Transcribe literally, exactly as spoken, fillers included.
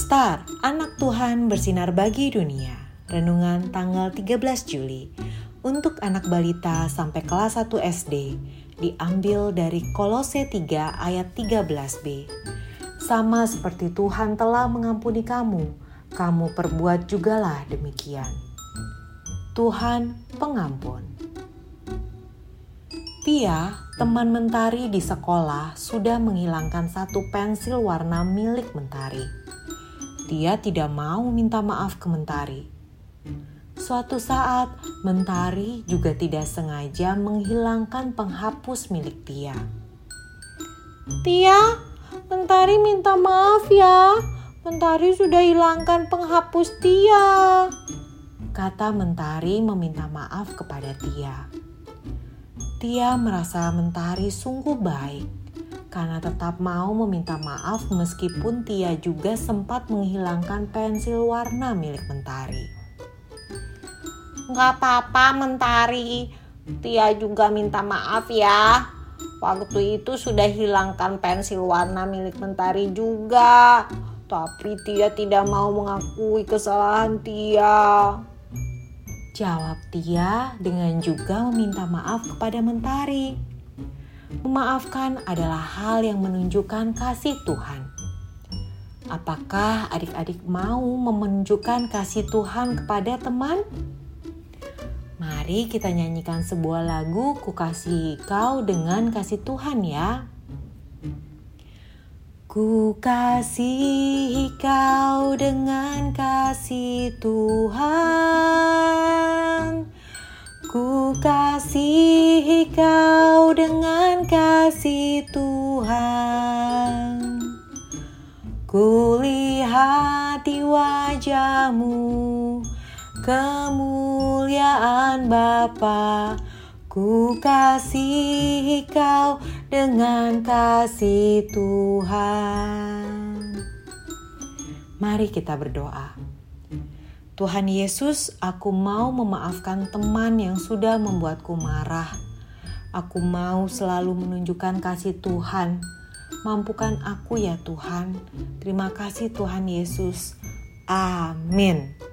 Star, anak Tuhan bersinar bagi dunia. Renungan tanggal tiga belas Juli untuk anak balita sampai kelas satu S D, diambil dari Kolose tiga ayat tiga belas b. Sama seperti Tuhan telah mengampuni kamu, kamu perbuat jugalah demikian. Tuhan pengampun. Tia, teman Mentari di sekolah, sudah menghilangkan satu pensil warna milik Mentari. Dia tidak mau minta maaf ke Mentari. Suatu saat, Mentari juga tidak sengaja menghilangkan penghapus milik Tia. "Tia, Mentari minta maaf ya. Mentari sudah hilangkan penghapus Tia," kata Mentari meminta maaf kepada Tia. Tia merasa Mentari sungguh baik karena tetap mau meminta maaf meskipun Tia juga sempat menghilangkan pensil warna milik Mentari. "Gak apa-apa Mentari, Tia juga minta maaf ya. Waktu itu sudah hilangkan pensil warna milik Mentari juga, tapi Tia tidak mau mengakui kesalahan Tia," jawab Tia dengan juga meminta maaf kepada Mentari. Memaafkan adalah hal yang menunjukkan kasih Tuhan. Apakah adik-adik mau menunjukkan kasih Tuhan kepada teman? Mari kita nyanyikan sebuah lagu "Ku Kasihi Kau" dengan kasih Tuhan ya. Ku kasihi kau dengan kasih Tuhan. Ku kasihi kau dengan kasih Tuhan. Ku lihat di wajahmu kemuliaan Bapa. Ku kasihi kau dengan kasih Tuhan. Mari kita berdoa. Tuhan Yesus, aku mau memaafkan teman yang sudah membuatku marah. Aku mau selalu menunjukkan kasih Tuhan. Mampukan aku ya Tuhan. Terima kasih Tuhan Yesus. Amin.